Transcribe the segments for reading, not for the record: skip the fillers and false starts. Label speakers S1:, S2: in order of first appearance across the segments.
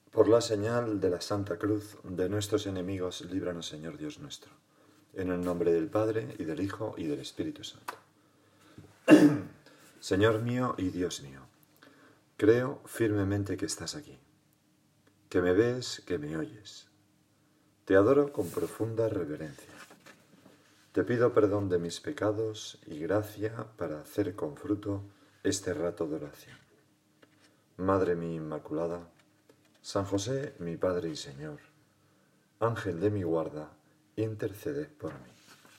S1: Por la señal de la Santa Cruz de nuestros enemigos, líbranos, Señor Dios nuestro. En el nombre del Padre, y del Hijo, y del Espíritu Santo. Señor mío y Dios mío, creo firmemente que estás aquí, que me ves, que me oyes. Te adoro con profunda reverencia. Te pido perdón de mis pecados y gracia para hacer con fruto este rato de oración. Madre mía Inmaculada, San José, mi Padre y Señor, Ángel de mi guarda, interceded por mí.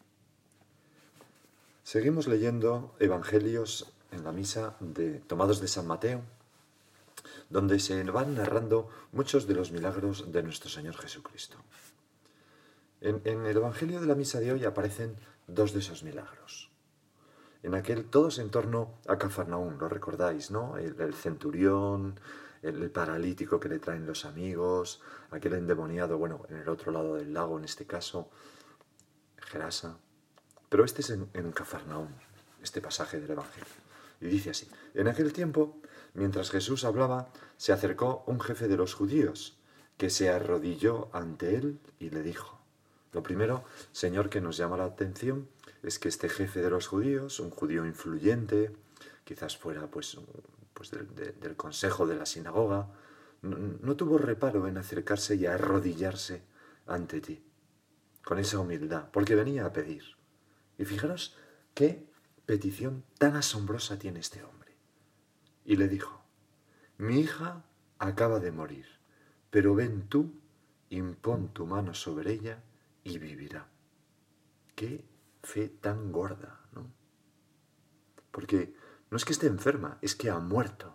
S1: Seguimos leyendo evangelios en la misa tomados de San Mateo, donde se van narrando muchos de los milagros de nuestro Señor Jesucristo. En el evangelio de la misa de hoy aparecen dos de esos milagros. Todos en torno a Cafarnaún, lo recordáis, ¿no? El centurión, el paralítico que le traen los amigos, aquel endemoniado, bueno, en el otro lado del lago, en este caso, Gerasa. Pero este es en Cafarnaún, este pasaje del Evangelio. Y dice así: en aquel tiempo, mientras Jesús hablaba, se acercó un jefe de los judíos, que se arrodilló ante él y le dijo. Lo primero, Señor, que nos llama la atención es que este jefe de los judíos, un judío influyente, quizás fuera pues del consejo de la sinagoga, no tuvo reparo en acercarse y a arrodillarse ante ti, con esa humildad, porque venía a pedir. Y fijaros qué petición tan asombrosa tiene este hombre. Y le dijo: mi hija acaba de morir, pero ven tú, impón tu mano sobre ella y vivirá. Qué fe tan gorda, ¿no? Porque no es que esté enferma, es que ha muerto.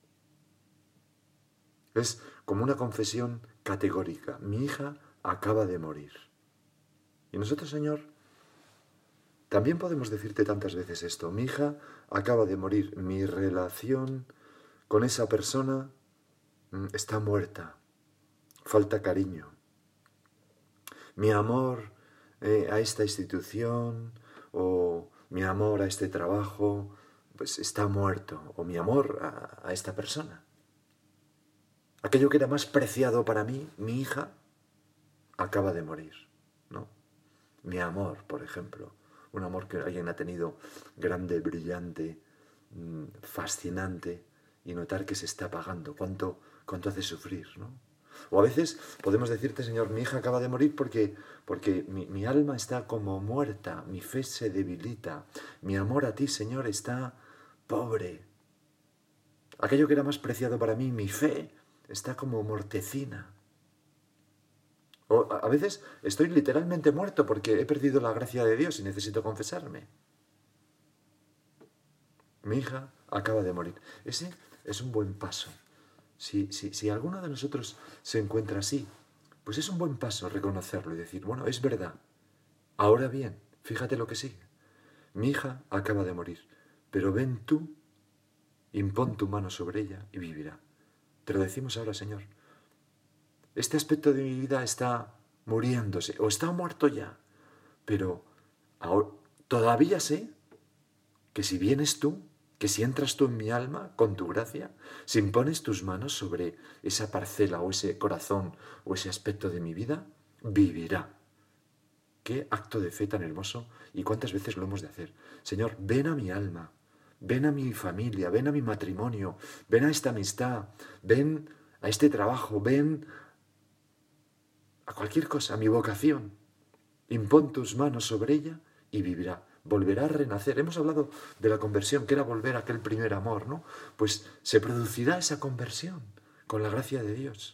S1: Es como una confesión categórica. Mi hija acaba de morir. Y nosotros, Señor, también podemos decirte tantas veces esto: mi hija acaba de morir, mi relación con esa persona está muerta, falta cariño. Mi amor a esta institución o mi amor a este trabajo pues está muerto, o mi amor a esta persona. Aquello que era más preciado para mí, mi hija, acaba de morir, ¿no? Mi amor, por ejemplo. Un amor que alguien ha tenido grande, brillante, fascinante, y notar que se está apagando. ¿Cuánto hace sufrir, ¿no? O a veces podemos decirte: Señor, mi hija acaba de morir porque mi alma está como muerta, mi fe se debilita, mi amor a ti, Señor, está pobre. Aquello que era más preciado para mí, mi fe, está como mortecina. O a veces estoy literalmente muerto porque he perdido la gracia de Dios y necesito confesarme. Mi hija acaba de morir. Ese es un buen paso. Si alguno de nosotros se encuentra así, pues es un buen paso reconocerlo y decir: bueno, es verdad. Ahora bien, fíjate lo que sigue. Mi hija acaba de morir, pero ven tú, impón tu mano sobre ella y vivirá. Te lo decimos ahora, Señor. Este aspecto de mi vida está muriéndose, o está muerto ya, pero ahora, todavía sé que si vienes tú, que si entras tú en mi alma con tu gracia, si impones tus manos sobre esa parcela o ese corazón o ese aspecto de mi vida, vivirá. Qué acto de fe tan hermoso, y cuántas veces lo hemos de hacer. Señor, ven a mi alma, ven a mi familia, ven a mi matrimonio, ven a esta amistad, ven a este trabajo, ven a cualquier cosa, a mi vocación. Impón tus manos sobre ella y vivirá. Volverá a renacer. Hemos hablado de la conversión, que era volver a aquel primer amor, ¿no? Pues se producirá esa conversión con la gracia de Dios.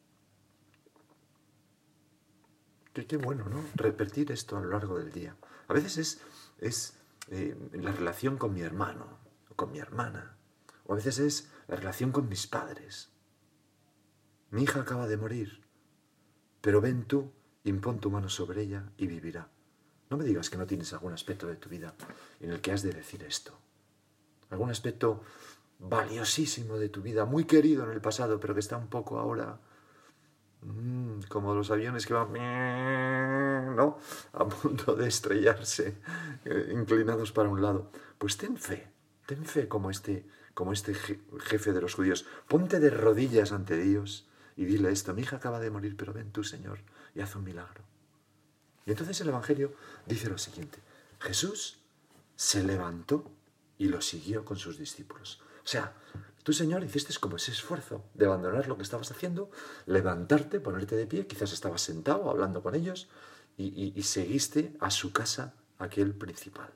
S1: Qué bueno, ¿no? Repetir esto a lo largo del día. A veces es la relación con mi hermano, con mi hermana. O a veces es la relación con mis padres. Mi hija acaba de morir, pero ven tú, impón tu mano sobre ella y vivirá. No me digas que no tienes algún aspecto de tu vida en el que has de decir esto. Algún aspecto valiosísimo de tu vida, muy querido en el pasado, pero que está un poco ahora como los aviones que van, ¿no?, a punto de estrellarse, inclinados para un lado. Pues ten fe como este jefe de los judíos. Ponte de rodillas ante Dios y dile esto, mi hija acaba de morir, pero ven tú, Señor, y haz un milagro. Y entonces el Evangelio dice lo siguiente, Jesús se levantó y lo siguió con sus discípulos. O sea, tú, Señor, hiciste como ese esfuerzo de abandonar lo que estabas haciendo, levantarte, ponerte de pie, quizás estabas sentado hablando con ellos y seguiste a su casa aquel principal.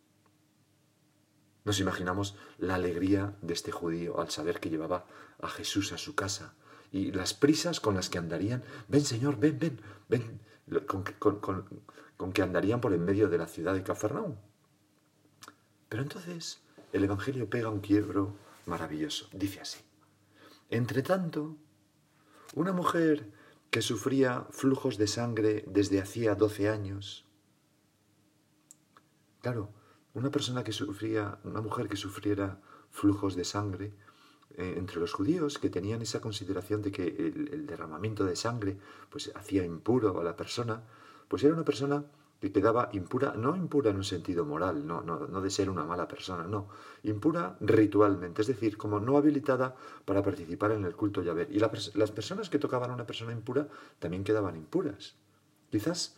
S1: Nos imaginamos la alegría de este judío al saber que llevaba a Jesús a su casa y las prisas con las que andarían. Ven, Señor, ven, ven, ven, con que andarían por en medio de la ciudad de Cafarnaúm. Pero entonces el Evangelio pega un quiebro maravilloso. Dice así, entre tanto, una mujer que sufría flujos de sangre desde hacía 12 años, claro, una mujer que sufriera flujos de sangre, entre los judíos que tenían esa consideración de que el derramamiento de sangre pues hacía impuro a la persona, pues era una persona que quedaba impura, no impura en un sentido moral, no de ser una mala persona, no, impura ritualmente, es decir, como no habilitada para participar en el culto Yahvé. Y las personas que tocaban a una persona impura también quedaban impuras. Quizás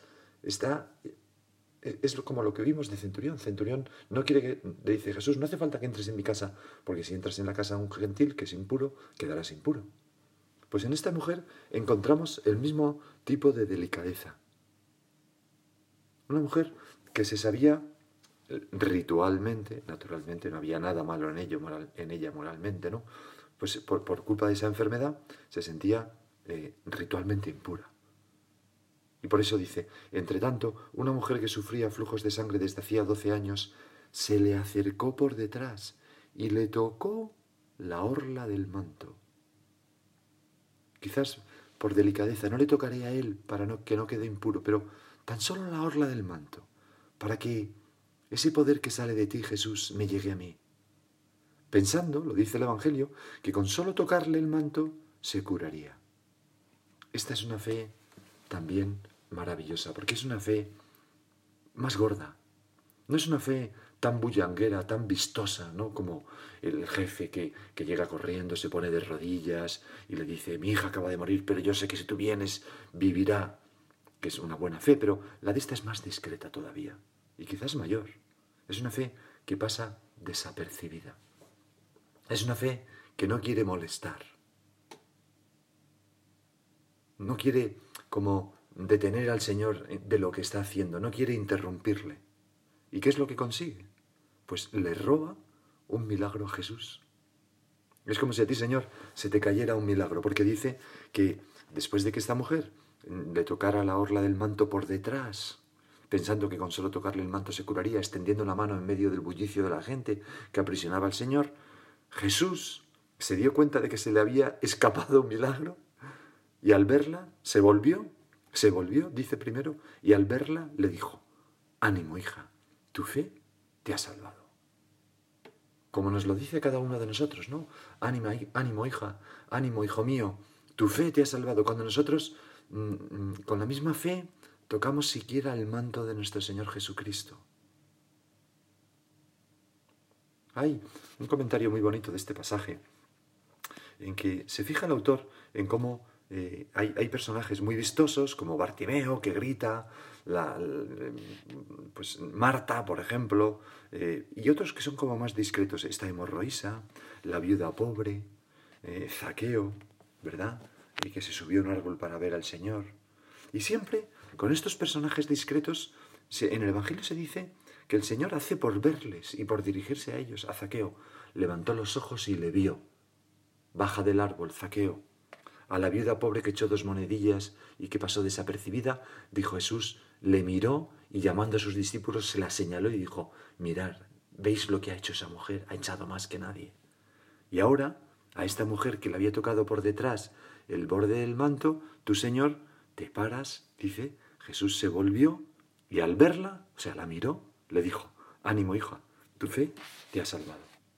S1: es como lo que vimos de Centurión. Centurión no quiere que, le dice Jesús, no hace falta que entres en mi casa, porque si entras en la casa de un gentil que es impuro, quedarás impuro. Pues en esta mujer encontramos el mismo tipo de delicadeza. Una mujer que se sabía ritualmente, naturalmente, no había nada malo en ella moralmente, ¿no? Pues por culpa de esa enfermedad se sentía ritualmente impura. Y por eso dice, entre tanto, una mujer que sufría flujos de sangre desde hacía 12 años, se le acercó por detrás y le tocó la orla del manto. Quizás por delicadeza, no le tocaré a él para que no quede impuro, pero tan solo la orla del manto, para que ese poder que sale de ti, Jesús, me llegue a mí. Pensando, lo dice el Evangelio, que con solo tocarle el manto se curaría. Esta es una fe también maravillosa, porque es una fe más gorda. No es una fe tan bullanguera, tan vistosa, ¿no? Como el jefe que llega corriendo, se pone de rodillas y le dice, mi hija acaba de morir, pero yo sé que si tú vienes, vivirá. Que es una buena fe, pero la de esta es más discreta todavía, y quizás mayor. Es una fe que pasa desapercibida. Es una fe que no quiere molestar. No quiere como detener al Señor de lo que está haciendo, no quiere interrumpirle. ¿Y qué es lo que consigue? Pues le roba un milagro a Jesús. Es como si a ti, Señor, se te cayera un milagro, porque dice que después de que esta mujer le tocara la orla del manto por detrás, pensando que con solo tocarle el manto se curaría, extendiendo la mano en medio del bullicio de la gente que aprisionaba al Señor, Jesús se dio cuenta de que se le había escapado un milagro y al verla se volvió, dice primero, y al verla le dijo, ánimo, hija, tu fe te ha salvado. Como nos lo dice cada uno de nosotros, ¿no? Ánimo, hija, ánimo, hijo mío, tu fe te ha salvado. Cuando nosotros, con la misma fe, tocamos siquiera el manto de nuestro Señor Jesucristo. Hay un comentario muy bonito de este pasaje, en que se fija el autor en cómo hay personajes muy vistosos, como Bartimeo, que grita, pues Marta, por ejemplo, y otros que son como más discretos. Está hemorroísa, la viuda pobre, Zaqueo, ¿verdad? Y que se subió a un árbol para ver al Señor. Y siempre, con estos personajes discretos, en el Evangelio se dice que el Señor hace por verles y por dirigirse a ellos. A Zaqueo levantó los ojos y le vio. Baja del árbol, Zaqueo. A la viuda pobre que echó 2 monedillas y que pasó desapercibida, dijo Jesús, le miró y llamando a sus discípulos se la señaló y dijo, mirad, ¿veis lo que ha hecho esa mujer? Ha echado más que nadie. Y ahora, a esta mujer que le había tocado por detrás el borde del manto, tú, Señor, te paras, dice, Jesús se volvió y al verla, o sea, la miró, le dijo, ánimo, hija, tu fe te ha salvado.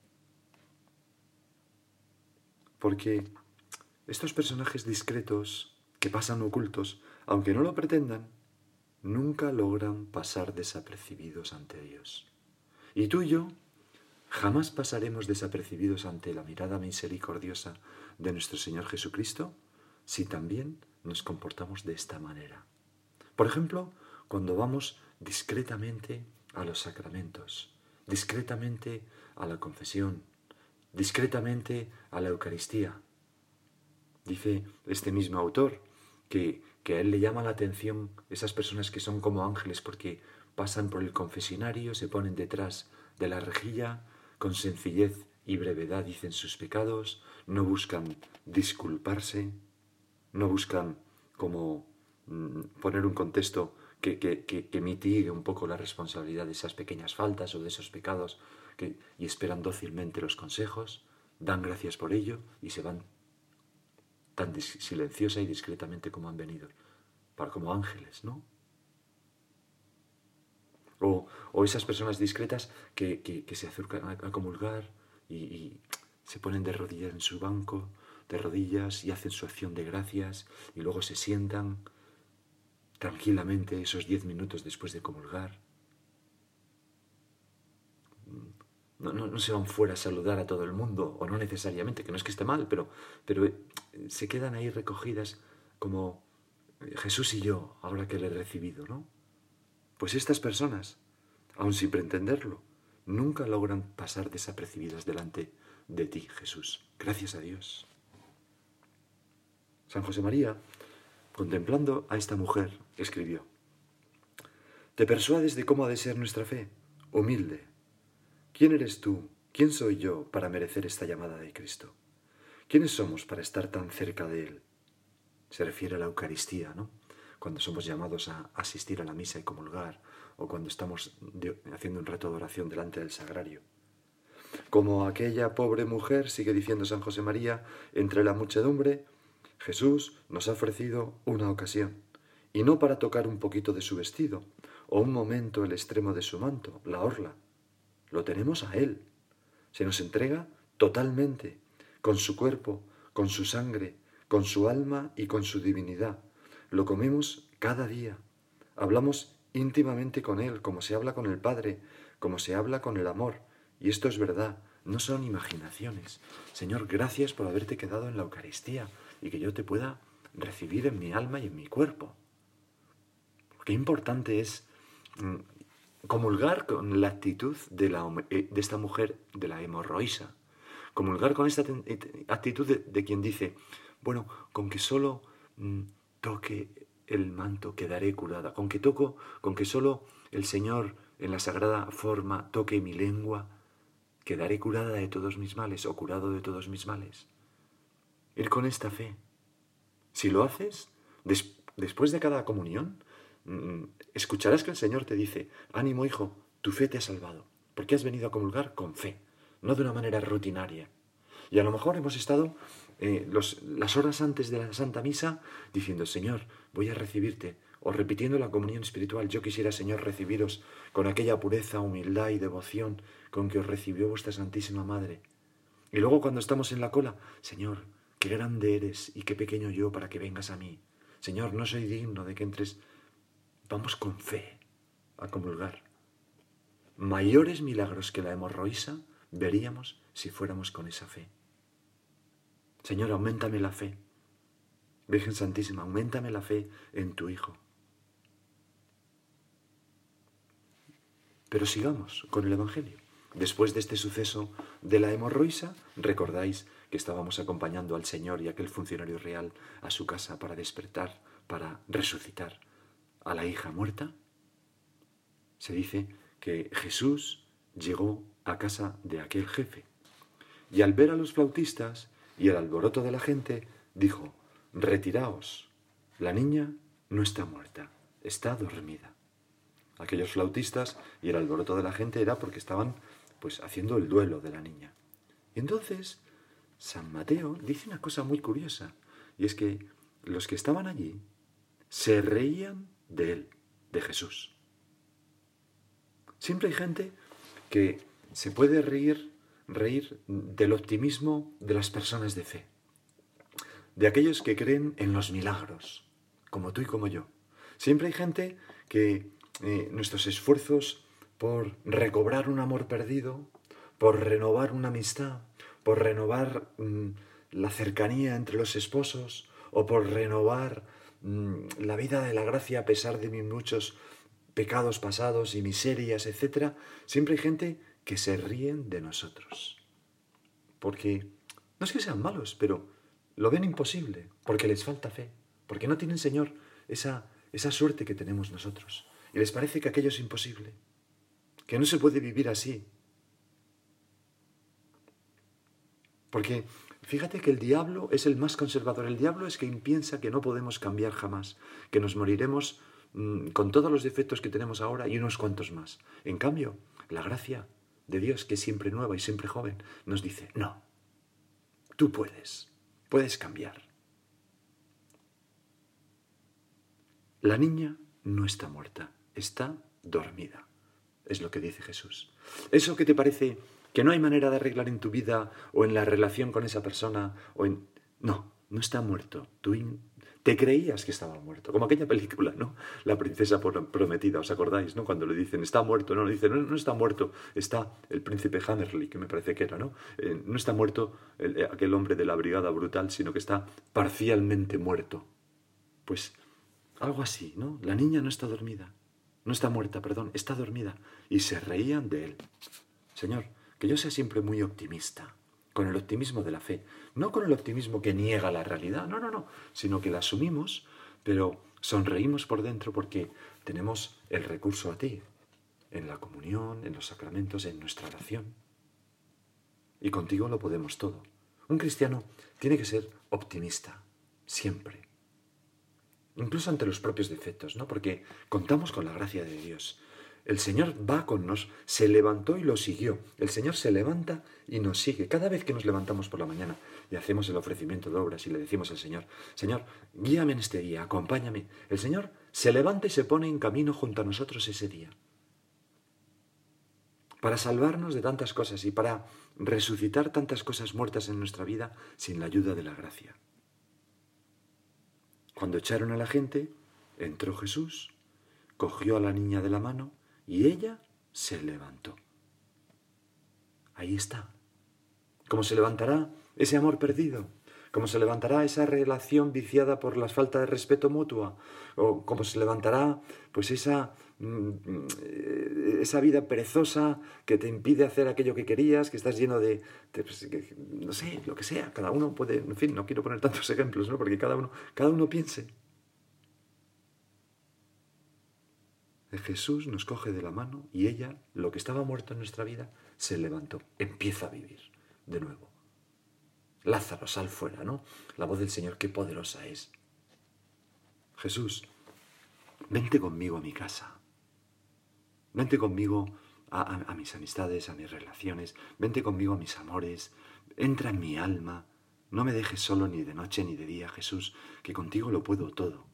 S1: Porque estos personajes discretos que pasan ocultos, aunque no lo pretendan, nunca logran pasar desapercibidos ante Dios. Y tú y yo jamás pasaremos desapercibidos ante la mirada misericordiosa de nuestro Señor Jesucristo si también nos comportamos de esta manera. Por ejemplo, cuando vamos discretamente a los sacramentos, discretamente a la confesión, discretamente a la Eucaristía. Dice este mismo autor que a él le llama la atención esas personas que son como ángeles porque pasan por el confesionario, se ponen detrás de la rejilla, con sencillez y brevedad dicen sus pecados, no buscan disculparse, no buscan como poner un contexto que mitigue un poco la responsabilidad de esas pequeñas faltas o de esos pecados y esperan dócilmente los consejos, dan gracias por ello y se van tan silenciosa y discretamente como han venido, como ángeles, ¿no? O esas personas discretas que se acercan a comulgar y se ponen de rodillas en su banco, de rodillas, y hacen su acción de gracias, y luego se sientan tranquilamente esos 10 minutos después de comulgar. No se van fuera a saludar a todo el mundo, o no necesariamente, que no es que esté mal, pero se quedan ahí recogidas como Jesús y yo, ahora que le he recibido, ¿no? Pues estas personas, aun sin pretenderlo, nunca logran pasar desapercibidas delante de ti, Jesús. Gracias a Dios. San José María, contemplando a esta mujer, escribió: ¿te persuades de cómo ha de ser nuestra fe? Humilde. ¿Quién eres tú? ¿Quién soy yo para merecer esta llamada de Cristo? ¿Quiénes somos para estar tan cerca de Él? Se refiere a la Eucaristía, ¿no? Cuando somos llamados a asistir a la misa y comulgar, o cuando estamos haciendo un rato de oración delante del sagrario. Como aquella pobre mujer, sigue diciendo San José María, entre la muchedumbre, Jesús nos ha ofrecido una ocasión, y no para tocar un poquito de su vestido, o un momento el extremo de su manto, la orla. Lo tenemos a Él. Se nos entrega totalmente, con su cuerpo, con su sangre, con su alma y con su divinidad. Lo comemos cada día. Hablamos íntimamente con Él, como se habla con el Padre, como se habla con el amor. Y esto es verdad, no son imaginaciones. Señor, gracias por haberte quedado en la Eucaristía y que yo te pueda recibir en mi alma y en mi cuerpo. Qué importante es comulgar con la actitud de esta mujer, de la hemorroísa. Comulgar con esta actitud de quien dice, bueno, con que solo toque el manto quedaré curada. Con que solo el Señor en la sagrada forma toque mi lengua, quedaré curada de todos mis males o curado de todos mis males. Ir con esta fe. Si lo haces, después de cada comunión, escucharás que el Señor te dice, ánimo hijo, tu fe te ha salvado, porque has venido a comulgar con fe, no de una manera rutinaria. Y a lo mejor hemos estado las horas antes de la Santa Misa diciendo, Señor, voy a recibirte, o repitiendo la comunión espiritual, yo quisiera, Señor, recibiros con aquella pureza, humildad y devoción con que os recibió vuestra Santísima Madre. Y luego cuando estamos en la cola, Señor, qué grande eres y qué pequeño yo para que vengas a mí. Señor, no soy digno de que entres. Vamos con fe a comulgar. Mayores milagros que la hemorroísa veríamos si fuéramos con esa fe. Señor, auméntame la fe. Virgen Santísima, auméntame la fe en tu Hijo. Pero sigamos con el Evangelio. Después de este suceso de la hemorroísa, recordáis que estábamos acompañando al Señor y a aquel funcionario real a su casa para despertar, para resucitar a la hija muerta. Se dice que Jesús llegó a casa de aquel jefe y al ver a los flautistas y el alboroto de la gente, dijo, retiraos, la niña no está muerta, está dormida. Aquellos flautistas y el alboroto de la gente era porque estaban haciendo el duelo de la niña. Y entonces San Mateo dice una cosa muy curiosa, y es que los que estaban allí se reían de él, de Jesús. Siempre hay gente que se puede reír del optimismo de las personas de fe, de aquellos que creen en los milagros, como tú y como yo. Siempre hay gente que nuestros esfuerzos por recobrar un amor perdido, por renovar una amistad, por renovar la cercanía entre los esposos o por renovar la vida de la gracia a pesar de mis muchos pecados pasados y miserias, etc., siempre hay gente que se ríen de nosotros. Porque no es que sean malos, pero lo ven imposible, porque les falta fe, porque no tienen, Señor, esa suerte que tenemos nosotros. Y les parece que aquello es imposible, que no se puede vivir así. Porque fíjate que el diablo es el más conservador. El diablo es quien piensa que no podemos cambiar jamás, que nos moriremos con todos los defectos que tenemos ahora y unos cuantos más. En cambio, la gracia de Dios, que es siempre nueva y siempre joven, nos dice, no, tú puedes cambiar. La niña no está muerta, está dormida, es lo que dice Jesús. Eso que te parece que no hay manera de arreglar en tu vida o en la relación con esa persona, no está muerto. Tú te creías que estaba muerto, como aquella película, ¿no? La princesa prometida, ¿os acordáis, no? Cuando le dicen, está muerto, no, le dicen, no está muerto, está el príncipe Hammerly, que me parece que era, ¿no? No está muerto aquel hombre de la brigada brutal, sino que está parcialmente muerto. Pues algo así, ¿no? La niña no está dormida, no está muerta, perdón, está dormida. Y se reían de él. Señor, que yo sea siempre muy optimista, con el optimismo de la fe, no con el optimismo que niega la realidad, no, sino que la asumimos, pero sonreímos por dentro porque tenemos el recurso a ti, en la comunión, en los sacramentos, en nuestra oración. Y contigo lo podemos todo. Un cristiano tiene que ser optimista, siempre. Incluso ante los propios defectos, ¿no? Porque contamos con la gracia de Dios. El Señor va con nosotros, se levantó y lo siguió. El Señor se levanta y nos sigue. Cada vez que nos levantamos por la mañana y hacemos el ofrecimiento de obras y le decimos al Señor, Señor, guíame en este día, acompáñame. El Señor se levanta y se pone en camino junto a nosotros ese día. Para salvarnos de tantas cosas y para resucitar tantas cosas muertas en nuestra vida sin la ayuda de la gracia. Cuando echaron a la gente, entró Jesús, cogió a la niña de la mano y ella se levantó. Ahí está. ¿Cómo se levantará ese amor perdido? ¿Cómo se levantará esa relación viciada por la falta de respeto mutua? ¿O cómo se levantará pues esa vida perezosa que te impide hacer aquello que querías, que estás lleno no sé, lo que sea? Cada uno puede, en fin, no quiero poner tantos ejemplos, ¿no? Porque cada uno piense. Jesús nos coge de la mano y ella, lo que estaba muerto en nuestra vida, se levantó, empieza a vivir de nuevo. Lázaro, sal fuera, ¿no? La voz del Señor, qué poderosa es. Jesús, vente conmigo a mi casa. Vente conmigo a mis amistades, a mis relaciones. Vente conmigo a mis amores. Entra en mi alma. No me dejes solo ni de noche ni de día, Jesús, que contigo lo puedo todo.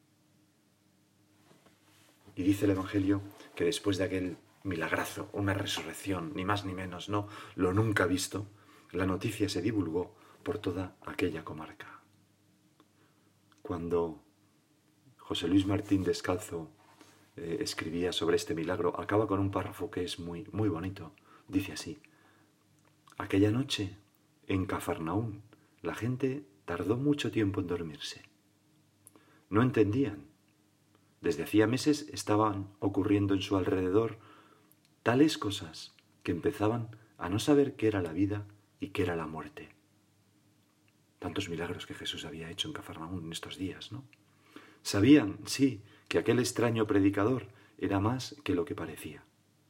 S1: Y dice el Evangelio que después de aquel milagrazo, una resurrección, ni más ni menos, no, lo nunca visto, la noticia se divulgó por toda aquella comarca. Cuando José Luis Martín Descalzo escribía sobre este milagro, acaba con un párrafo que es muy, muy bonito. Dice así: aquella noche, en Cafarnaún, la gente tardó mucho tiempo en dormirse. No entendían. Desde hacía meses estaban ocurriendo en su alrededor tales cosas que empezaban a no saber qué era la vida y qué era la muerte. Tantos milagros que Jesús había hecho en Cafarnaún en estos días, ¿no? Sabían, sí, que aquel extraño predicador era más que lo que parecía.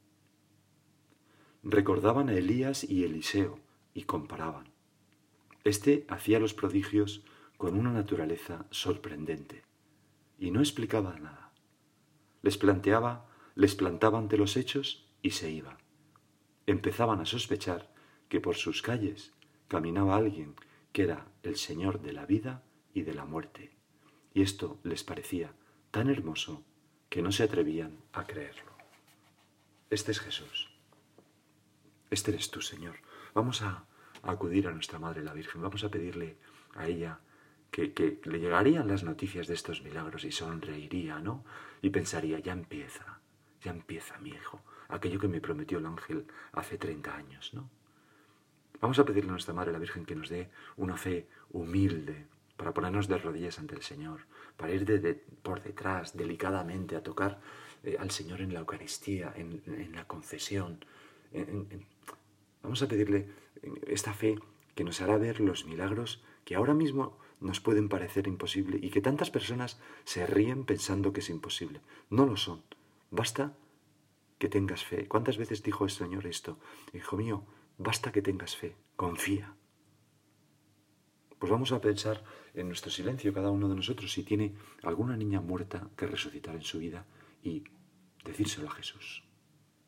S1: Recordaban a Elías y Eliseo y comparaban. Este hacía los prodigios con una naturaleza sorprendente y no explicaba nada. Les plantaba ante los hechos y se iba. Empezaban a sospechar que por sus calles caminaba alguien que era el Señor de la vida y de la muerte. Y esto les parecía tan hermoso que no se atrevían a creerlo. Este es Jesús. Este eres tú, Señor. Vamos a acudir a nuestra Madre la Virgen. Vamos a pedirle a ella que le llegarían las noticias de estos milagros y sonreiría, ¿no? Y pensaría, ya empieza mi hijo, aquello que me prometió el ángel hace 30 años, ¿no? Vamos a pedirle a nuestra Madre la Virgen que nos dé una fe humilde, para ponernos de rodillas ante el Señor, para ir por detrás, delicadamente, a tocar al Señor en la Eucaristía, en la confesión. Vamos a pedirle esta fe que nos hará ver los milagros que ahora mismo nos pueden parecer imposibles y que tantas personas se ríen pensando que es imposible. No lo son. Basta que tengas fe. ¿Cuántas veces dijo el Señor esto? Hijo mío, basta que tengas fe, confía. Pues vamos a pensar en nuestro silencio, cada uno de nosotros, si tiene alguna niña muerta que resucitar en su vida y decírselo a Jesús.